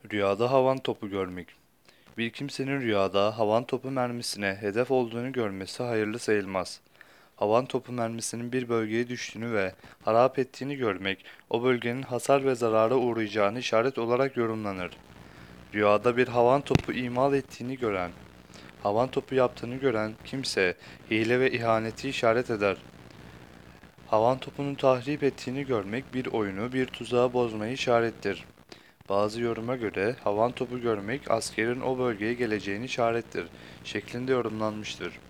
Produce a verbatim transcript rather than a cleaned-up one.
Rüyada havan topu görmek. Bir kimsenin rüyada havan topu mermisine hedef olduğunu görmesi hayırlı sayılmaz. Havan topu mermisinin bir bölgeye düştüğünü ve harap ettiğini görmek, o bölgenin hasar ve zarara uğrayacağını işaret olarak yorumlanır. Rüyada bir havan topu imal ettiğini gören, havan topu yaptığını gören kimse hile ve ihaneti işaret eder. Havan topunun tahrip ettiğini görmek bir oyunu, bir tuzağı bozmayı işarettir. Bazı yoruma göre havan topu görmek askerin o bölgeye geleceğini işarettir şeklinde yorumlanmıştır.